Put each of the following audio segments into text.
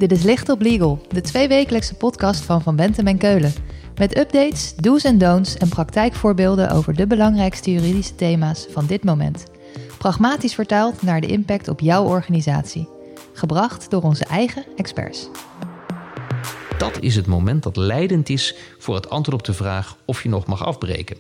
Dit is Licht op Legal, de 2-wekelijkse podcast van Bentem en Keulen. Met updates, do's en don'ts en praktijkvoorbeelden over de belangrijkste juridische thema's van dit moment. Pragmatisch vertaald naar de impact op jouw organisatie. Gebracht door onze eigen experts. Dat is het moment dat leidend is voor het antwoord op de vraag of je nog mag afbreken.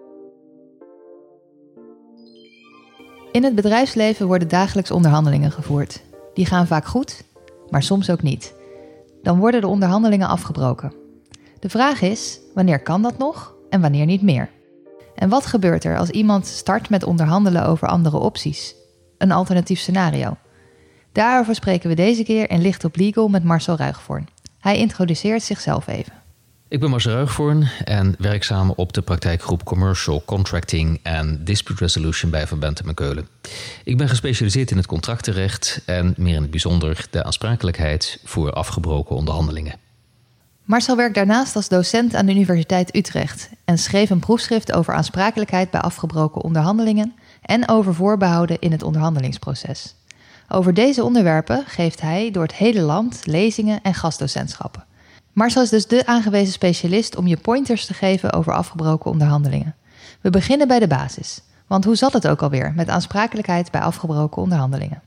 In het bedrijfsleven worden dagelijks onderhandelingen gevoerd. Die gaan vaak goed, maar soms ook niet. Dan worden de onderhandelingen afgebroken. De vraag is, wanneer kan dat nog en wanneer niet meer? En wat gebeurt er als iemand start met onderhandelen over andere opties? Een alternatief scenario. Daarover spreken we deze keer in Licht op Legal met Marcel Ruigvoorn. Hij introduceert zichzelf even. Ik ben Marcel Ruigvoorn en werkzaam op de praktijkgroep Commercial Contracting en Dispute Resolution bij Van Bentem en Keulen. Ik ben gespecialiseerd in het contractenrecht en meer in het bijzonder de aansprakelijkheid voor afgebroken onderhandelingen. Marcel werkt daarnaast als docent aan de Universiteit Utrecht en schreef een proefschrift over aansprakelijkheid bij afgebroken onderhandelingen en over voorbehouden in het onderhandelingsproces. Over deze onderwerpen geeft hij door het hele land lezingen en gastdocentschappen. Marcel is dus de aangewezen specialist om je pointers te geven over afgebroken onderhandelingen. We beginnen bij de basis. Want hoe zat het ook alweer met aansprakelijkheid bij afgebroken onderhandelingen?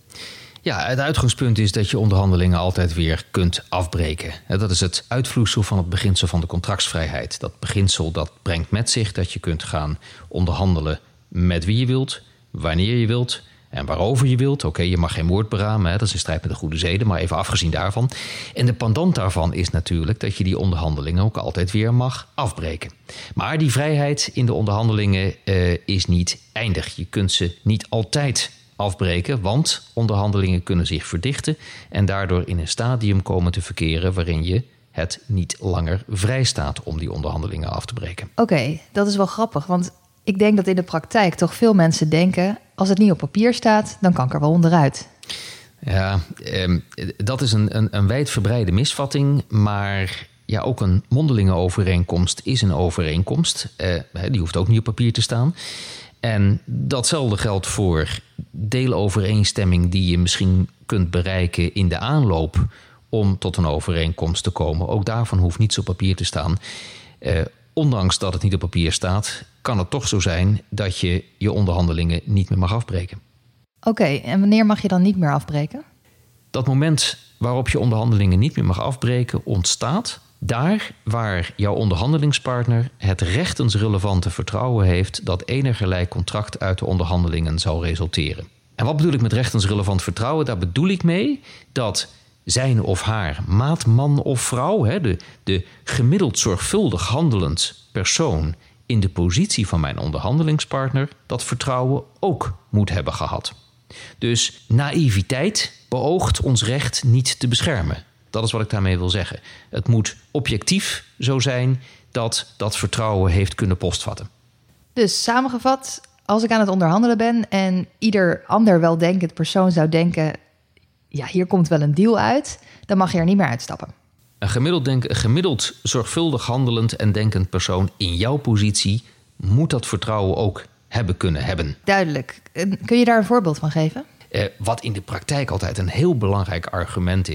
Ja, het uitgangspunt is dat je onderhandelingen altijd weer kunt afbreken. Dat is het uitvloeisel van het beginsel van de contractsvrijheid. Dat beginsel dat brengt met zich dat je kunt gaan onderhandelen met wie je wilt, wanneer je wilt en waarover je wilt. Oké, je mag geen moord beramen, dat is in strijd met de goede zeden, maar even afgezien daarvan. En de pendant daarvan is natuurlijk dat je die onderhandelingen ook altijd weer mag afbreken. Maar die vrijheid in de onderhandelingen is niet eindig. Je kunt ze niet altijd afbreken, want onderhandelingen kunnen zich verdichten en daardoor in een stadium komen te verkeren waarin je het niet langer vrij staat om die onderhandelingen af te breken. Oké, dat is wel grappig, want ik denk dat in de praktijk toch veel mensen denken, als het niet op papier staat, dan kan ik er wel onderuit. Ja, dat is een wijdverbreide misvatting, maar ja, ook een mondelinge overeenkomst is een overeenkomst. Die hoeft ook niet op papier te staan. En datzelfde geldt voor deelovereenstemming die je misschien kunt bereiken in de aanloop om tot een overeenkomst te komen. Ook daarvan hoeft niets op papier te staan. Ondanks dat het niet op papier staat, kan het toch zo zijn dat je je onderhandelingen niet meer mag afbreken. Oké, en wanneer mag je dan niet meer afbreken? Dat moment waarop je onderhandelingen niet meer mag afbreken ontstaat daar waar jouw onderhandelingspartner het rechtensrelevante vertrouwen heeft dat enigerlei contract uit de onderhandelingen zal resulteren. En wat bedoel ik met rechtensrelevant vertrouwen? Daar bedoel ik mee dat zijn of haar maat, man of vrouw, de gemiddeld zorgvuldig handelend persoon in de positie van mijn onderhandelingspartner, dat vertrouwen ook moet hebben gehad. Dus naïviteit beoogt ons recht niet te beschermen. Dat is wat ik daarmee wil zeggen. Het moet objectief zo zijn dat dat vertrouwen heeft kunnen postvatten. Dus samengevat, als ik aan het onderhandelen ben en ieder ander weldenkend persoon zou denken, ja, hier komt wel een deal uit, dan mag je er niet meer uitstappen. Een gemiddeld zorgvuldig handelend en denkend persoon in jouw positie moet dat vertrouwen ook kunnen hebben. Duidelijk. Kun je daar een voorbeeld van geven? Wat in de praktijk altijd een heel belangrijk argument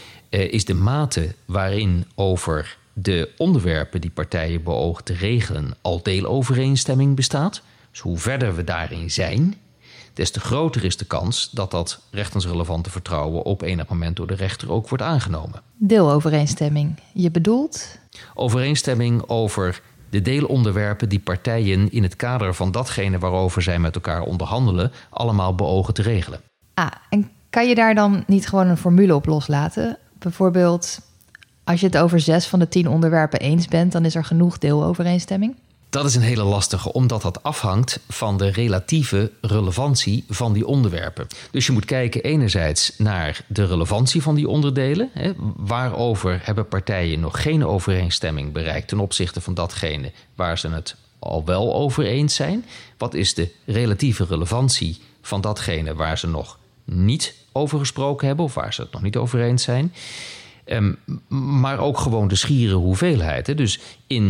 is de mate waarin over de onderwerpen die partijen beogen te regelen al deelovereenstemming bestaat. Dus hoe verder we daarin zijn, des te groter is de kans dat dat rechtensrelevante vertrouwen op enig moment door de rechter ook wordt aangenomen. Deelovereenstemming. Je bedoelt? Overeenstemming over de deelonderwerpen die partijen in het kader van datgene waarover zij met elkaar onderhandelen allemaal beogen te regelen. En kan je daar dan niet gewoon een formule op loslaten? Bijvoorbeeld, als je het over 6 van de 10 onderwerpen eens bent, dan is er genoeg deelovereenstemming? Dat is een hele lastige, omdat dat afhangt van de relatieve relevantie van die onderwerpen. Dus je moet kijken enerzijds naar de relevantie van die onderdelen. Waarover hebben partijen nog geen overeenstemming bereikt ten opzichte van datgene waar ze het al wel over eens zijn? Wat is de relatieve relevantie van datgene waar ze nog niet over gesproken hebben of waar ze het nog niet over eens zijn? Maar ook gewoon de schiere hoeveelheid. Dus in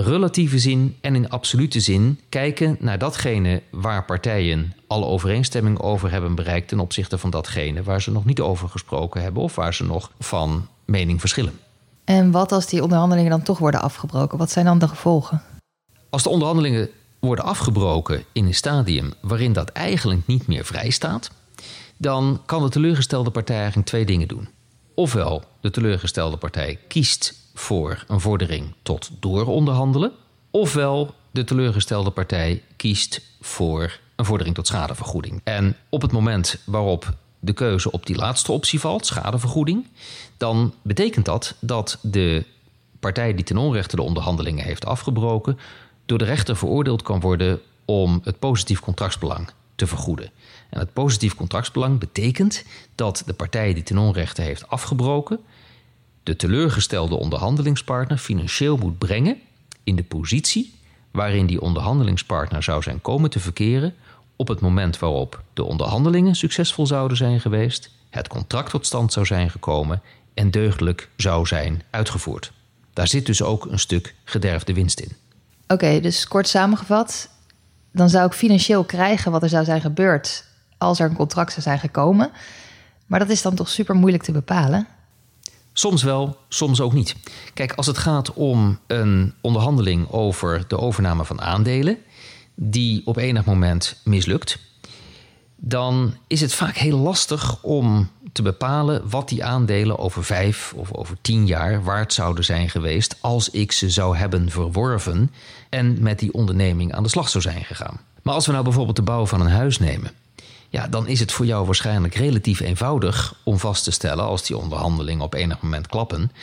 relatieve zin en in absolute zin kijken naar datgene waar partijen alle overeenstemming over hebben bereikt ten opzichte van datgene waar ze nog niet over gesproken hebben of waar ze nog van mening verschillen. En wat als die onderhandelingen dan toch worden afgebroken? Wat zijn dan de gevolgen? Als de onderhandelingen worden afgebroken in een stadium waarin dat eigenlijk niet meer vrij staat, dan kan de teleurgestelde partij eigenlijk 2 dingen doen. Ofwel, de teleurgestelde partij kiest voor een vordering tot dooronderhandelen, ofwel de teleurgestelde partij kiest voor een vordering tot schadevergoeding. En op het moment waarop de keuze op die laatste optie valt, schadevergoeding, dan betekent dat dat de partij die ten onrechte de onderhandelingen heeft afgebroken door de rechter veroordeeld kan worden om het positief contractsbelang te vergoeden. En het positief contractsbelang betekent dat de partij die ten onrechte heeft afgebroken de teleurgestelde onderhandelingspartner financieel moet brengen in de positie waarin die onderhandelingspartner zou zijn komen te verkeren op het moment waarop de onderhandelingen succesvol zouden zijn geweest, het contract tot stand zou zijn gekomen en deugdelijk zou zijn uitgevoerd. Daar zit dus ook een stuk gederfde winst in. Oké, dus kort samengevat, dan zou ik financieel krijgen wat er zou zijn gebeurd als er een contract zou zijn gekomen. Maar dat is dan toch super moeilijk te bepalen? Soms wel, soms ook niet. Kijk, als het gaat om een onderhandeling over de overname van aandelen die op enig moment mislukt, dan is het vaak heel lastig om te bepalen wat die aandelen over 5 of over 10 jaar waard zouden zijn geweest als ik ze zou hebben verworven en met die onderneming aan de slag zou zijn gegaan. Maar als we nou bijvoorbeeld de bouw van een huis nemen, ja, dan is het voor jou waarschijnlijk relatief eenvoudig om vast te stellen, als die onderhandelingen op enig moment klappen,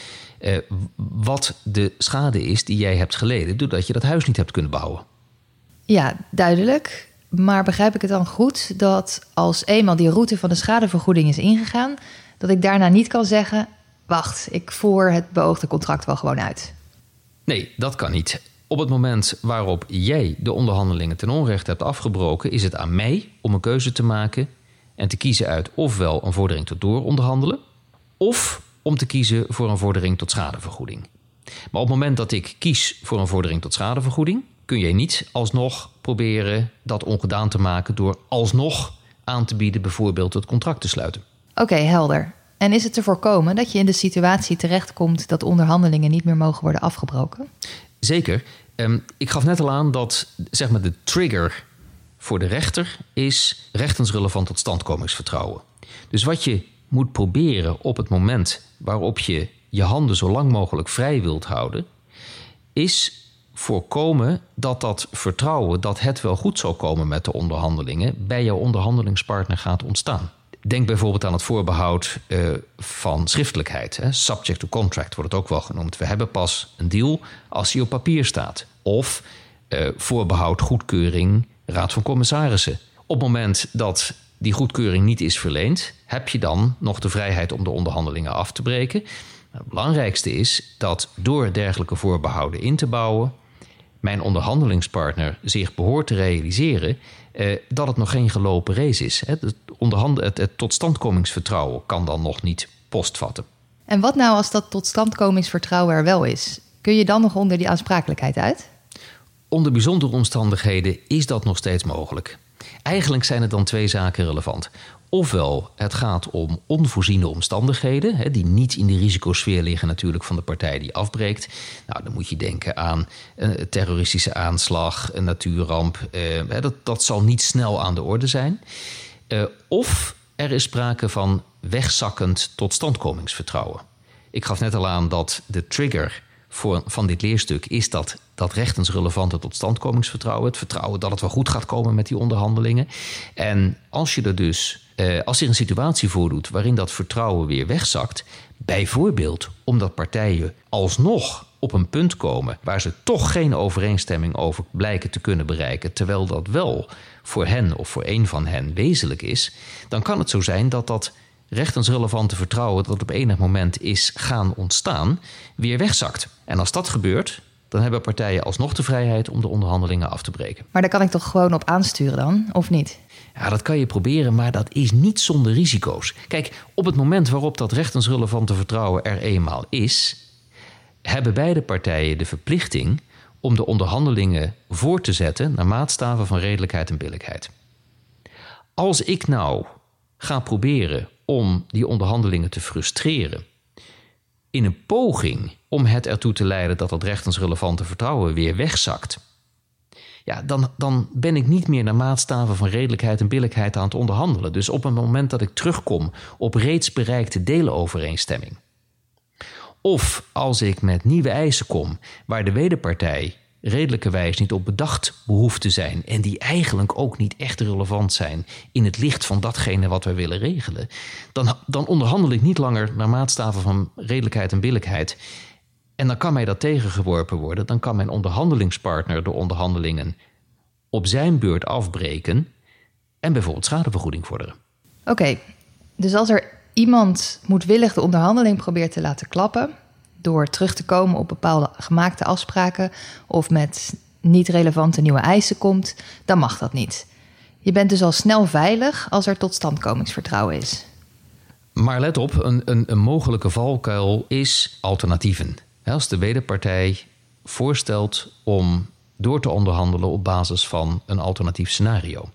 wat de schade is die jij hebt geleden doordat je dat huis niet hebt kunnen bouwen. Ja, duidelijk. Maar begrijp ik het dan goed dat als eenmaal die route van de schadevergoeding is ingegaan, dat ik daarna niet kan zeggen, wacht, ik voer het beoogde contract wel gewoon uit? Nee, dat kan niet. Op het moment waarop jij de onderhandelingen ten onrechte hebt afgebroken, is het aan mij om een keuze te maken en te kiezen uit ofwel een vordering tot dooronderhandelen, of om te kiezen voor een vordering tot schadevergoeding. Maar op het moment dat ik kies voor een vordering tot schadevergoeding, kun je niet alsnog proberen dat ongedaan te maken door alsnog aan te bieden bijvoorbeeld het contract te sluiten. Oké, helder. En is het te voorkomen dat je in de situatie terechtkomt dat onderhandelingen niet meer mogen worden afgebroken? Zeker. Ik gaf net al aan dat zeg maar, de trigger voor de rechter is rechtensrelevant totstandkomingsvertrouwen. Dus wat je moet proberen op het moment waarop je je handen zo lang mogelijk vrij wilt houden, is voorkomen dat dat vertrouwen dat het wel goed zal komen met de onderhandelingen bij jouw onderhandelingspartner gaat ontstaan. Denk bijvoorbeeld aan het voorbehoud van schriftelijkheid. Hè. Subject to contract wordt het ook wel genoemd. We hebben pas een deal als die op papier staat. Of voorbehoud goedkeuring raad van commissarissen. Op het moment dat die goedkeuring niet is verleend, heb je dan nog de vrijheid om de onderhandelingen af te breken. Het belangrijkste is dat door dergelijke voorbehouden in te bouwen, mijn onderhandelingspartner zich behoort te realiseren dat het nog geen gelopen race is. Het totstandkomingsvertrouwen kan dan nog niet postvatten. En wat nou als dat totstandkomingsvertrouwen er wel is? Kun je dan nog onder die aansprakelijkheid uit? Onder bijzondere omstandigheden is dat nog steeds mogelijk. Eigenlijk zijn er dan 2 zaken relevant. Ofwel, het gaat om onvoorziene omstandigheden, die niet in de risicosfeer liggen natuurlijk van de partij die afbreekt. Nou, dan moet je denken aan een terroristische aanslag, een natuurramp. Dat zal niet snel aan de orde zijn. Of er is sprake van wegzakkend totstandkomingsvertrouwen. Ik gaf net al aan dat de trigger van dit leerstuk is dat rechtensrelevante totstandkomingsvertrouwen. Het vertrouwen dat het wel goed gaat komen met die onderhandelingen. En als je er dus als er een situatie voordoet waarin dat vertrouwen weer wegzakt, bijvoorbeeld omdat partijen alsnog op een punt komen waar ze toch geen overeenstemming over blijken te kunnen bereiken, terwijl dat wel voor hen of voor een van hen wezenlijk is, dan kan het zo zijn dat dat rechtensrelevante vertrouwen dat op enig moment is gaan ontstaan, weer wegzakt. En als dat gebeurt, dan hebben partijen alsnog de vrijheid om de onderhandelingen af te breken. Maar daar kan ik toch gewoon op aansturen dan, of niet? Ja, dat kan je proberen, maar dat is niet zonder risico's. Kijk, op het moment waarop dat rechtensrelevante vertrouwen er eenmaal is, hebben beide partijen de verplichting om de onderhandelingen voor te zetten naar maatstaven van redelijkheid en billijkheid. Als ik nou ga proberen om die onderhandelingen te frustreren in een poging om het ertoe te leiden dat het rechtensrelevante vertrouwen weer wegzakt, ja, dan ben ik niet meer naar maatstaven van redelijkheid en billijkheid aan het onderhandelen. Dus op het moment dat ik terugkom op reeds bereikte delenovereenstemming, of als ik met nieuwe eisen kom waar de wederpartij redelijkerwijs niet op bedacht behoeft te zijn en die eigenlijk ook niet echt relevant zijn in het licht van datgene wat wij willen regelen, dan onderhandel ik niet langer naar maatstaven van redelijkheid en billijkheid. En dan kan mij dat tegengeworpen worden. Dan kan mijn onderhandelingspartner de onderhandelingen op zijn beurt afbreken en bijvoorbeeld schadevergoeding vorderen. Oké, dus als er iemand moedwillig de onderhandeling probeert te laten klappen door terug te komen op bepaalde gemaakte afspraken of met niet relevante nieuwe eisen komt, dan mag dat niet. Je bent dus al snel veilig als er totstandkomingsvertrouwen is. Maar let op, een mogelijke valkuil is alternatieven. Als de wederpartij voorstelt om door te onderhandelen op basis van een alternatief scenario.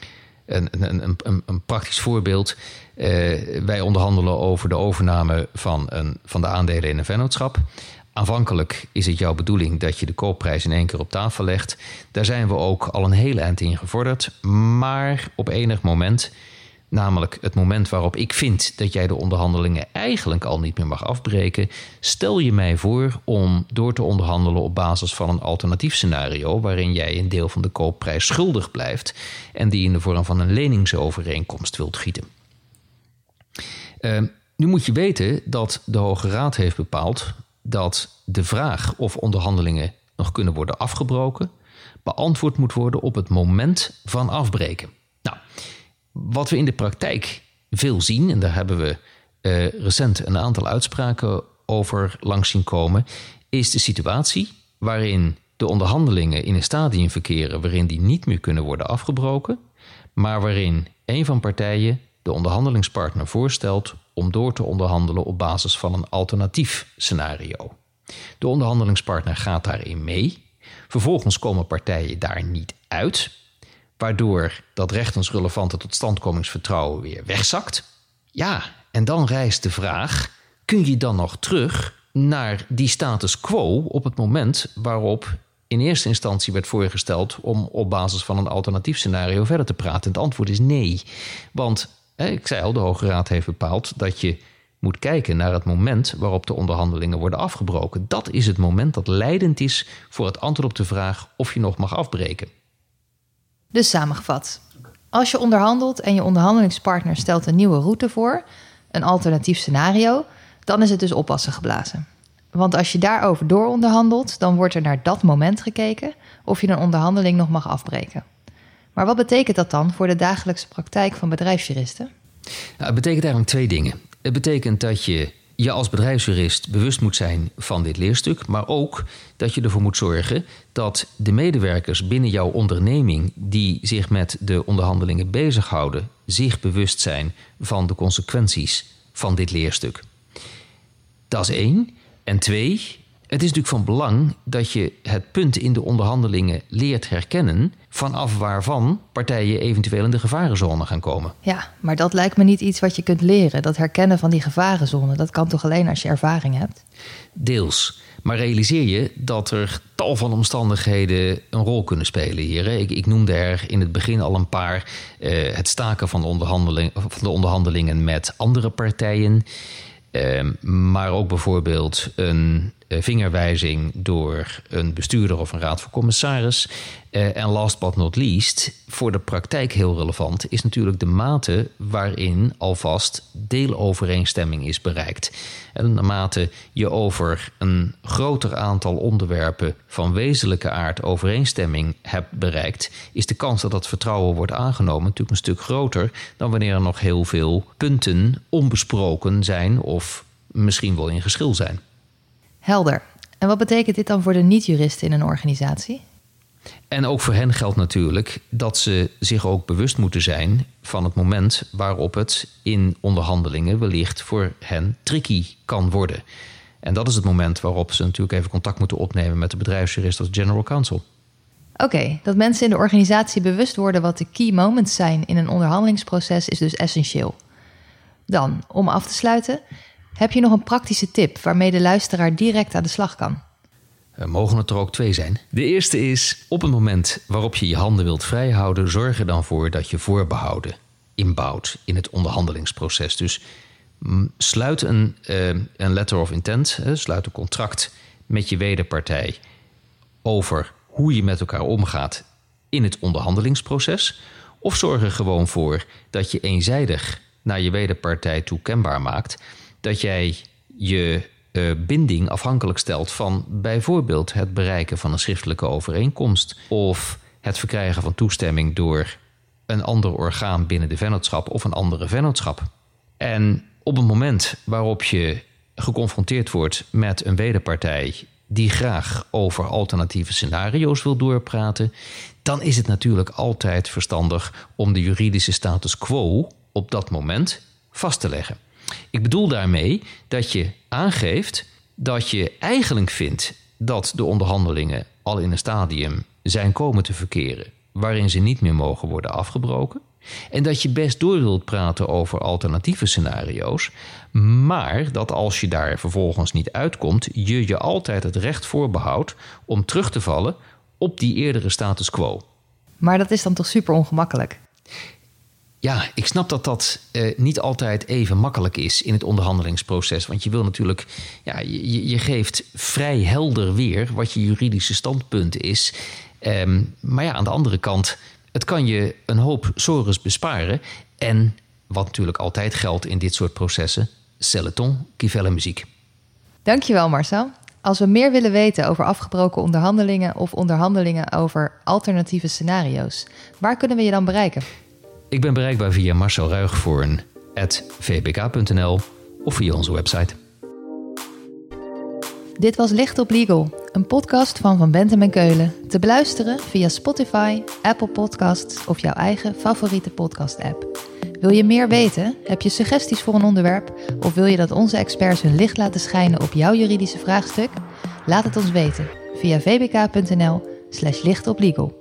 Een praktisch voorbeeld. Wij onderhandelen over de overname van de aandelen in een vennootschap. Aanvankelijk is het jouw bedoeling dat je de koopprijs in één keer op tafel legt. Daar zijn we ook al een hele eind in gevorderd. Maar op enig moment, namelijk het moment waarop ik vind dat jij de onderhandelingen eigenlijk al niet meer mag afbreken, stel je mij voor om door te onderhandelen op basis van een alternatief scenario waarin jij een deel van de koopprijs schuldig blijft en die in de vorm van een leningsovereenkomst wilt gieten. Nu moet je weten dat de Hoge Raad heeft bepaald dat de vraag of onderhandelingen nog kunnen worden afgebroken beantwoord moet worden op het moment van afbreken. Nou, wat we in de praktijk veel zien, en daar hebben we recent een aantal uitspraken over langs zien komen, is de situatie waarin de onderhandelingen in een stadium verkeren waarin die niet meer kunnen worden afgebroken, maar waarin een van partijen de onderhandelingspartner voorstelt om door te onderhandelen op basis van een alternatief scenario. De onderhandelingspartner gaat daarin mee. Vervolgens komen partijen daar niet uit, waardoor dat rechtensrelevante totstandkomingsvertrouwen weer wegzakt. Ja, en dan rijst de vraag, kun je dan nog terug naar die status quo op het moment waarop in eerste instantie werd voorgesteld om op basis van een alternatief scenario verder te praten? En het antwoord is nee. Want, ik zei al, de Hoge Raad heeft bepaald dat je moet kijken naar het moment waarop de onderhandelingen worden afgebroken. Dat is het moment dat leidend is voor het antwoord op de vraag of je nog mag afbreken. Dus samengevat, als je onderhandelt en je onderhandelingspartner stelt een nieuwe route voor, een alternatief scenario, dan is het dus oppassen geblazen. Want als je daarover dooronderhandelt, dan wordt er naar dat moment gekeken of je een onderhandeling nog mag afbreken. Maar wat betekent dat dan voor de dagelijkse praktijk van bedrijfsjuristen? Nou, het betekent eigenlijk twee dingen. Het betekent dat je als bedrijfsjurist bewust moet zijn van dit leerstuk, maar ook dat je ervoor moet zorgen dat de medewerkers binnen jouw onderneming die zich met de onderhandelingen bezighouden, zich bewust zijn van de consequenties van dit leerstuk. Dat is 1. En 2, het is natuurlijk van belang dat je het punt in de onderhandelingen leert herkennen vanaf waarvan partijen eventueel in de gevarenzone gaan komen. Ja, maar dat lijkt me niet iets wat je kunt leren. Dat herkennen van die gevarenzone, dat kan toch alleen als je ervaring hebt? Deels. Maar realiseer je dat er tal van omstandigheden een rol kunnen spelen hier. Ik noemde er in het begin al een paar. Het staken van de onderhandelingen met andere partijen. Maar ook bijvoorbeeld een vingerwijzing door een bestuurder of een raad van commissaris. En last but not least, voor de praktijk heel relevant, is natuurlijk de mate waarin alvast deelovereenstemming is bereikt. En naarmate je over een groter aantal onderwerpen van wezenlijke aard overeenstemming hebt bereikt, is de kans dat dat vertrouwen wordt aangenomen natuurlijk een stuk groter dan wanneer er nog heel veel punten onbesproken zijn of misschien wel in geschil zijn. Helder. En wat betekent dit dan voor de niet-juristen in een organisatie? En ook voor hen geldt natuurlijk dat ze zich ook bewust moeten zijn van het moment waarop het in onderhandelingen wellicht voor hen tricky kan worden. En dat is het moment waarop ze natuurlijk even contact moeten opnemen met de bedrijfsjurist als general counsel. Oké, dat mensen in de organisatie bewust worden wat de key moments zijn in een onderhandelingsproces is dus essentieel. Dan, om af te sluiten, heb je nog een praktische tip waarmee de luisteraar direct aan de slag kan? Mogen het er ook 2 zijn? De eerste is, op het moment waarop je je handen wilt vrijhouden, zorg er dan voor dat je voorbehouden inbouwt in het onderhandelingsproces. Dus sluit een letter of intent, sluit een contract met je wederpartij over hoe je met elkaar omgaat in het onderhandelingsproces. Of zorg er gewoon voor dat je eenzijdig naar je wederpartij toe kenbaar maakt dat jij je binding afhankelijk stelt van bijvoorbeeld het bereiken van een schriftelijke overeenkomst of het verkrijgen van toestemming door een ander orgaan binnen de vennootschap of een andere vennootschap. En op het moment waarop je geconfronteerd wordt met een wederpartij die graag over alternatieve scenario's wil doorpraten, dan is het natuurlijk altijd verstandig om de juridische status quo op dat moment vast te leggen. Ik bedoel daarmee dat je aangeeft dat je eigenlijk vindt dat de onderhandelingen al in een stadium zijn komen te verkeren waarin ze niet meer mogen worden afgebroken. En dat je best door wilt praten over alternatieve scenario's, maar dat als je daar vervolgens niet uitkomt, je altijd het recht voorbehoudt om terug te vallen op die eerdere status quo. Maar dat is dan toch super ongemakkelijk? Ja, ik snap dat dat niet altijd even makkelijk is in het onderhandelingsproces. Want je wil natuurlijk, je geeft vrij helder weer wat je juridische standpunt is. Maar ja, aan de andere kant, het kan je een hoop sores besparen. En wat natuurlijk altijd geldt in dit soort processen, c'est le ton qui fait la musique. Dankjewel Marcel. Als we meer willen weten over afgebroken onderhandelingen of onderhandelingen over alternatieve scenario's, waar kunnen we je dan bereiken? Ik ben bereikbaar via marcelruigvoorn@vbk.nl of via onze website. Dit was Licht op Legal, een podcast van Bentham & Keulen. Te beluisteren via Spotify, Apple Podcasts of jouw eigen favoriete podcast-app. Wil je meer weten? Heb je suggesties voor een onderwerp? Of wil je dat onze experts hun licht laten schijnen op jouw juridische vraagstuk? Laat het ons weten via vbk.nl/lichtoplegal.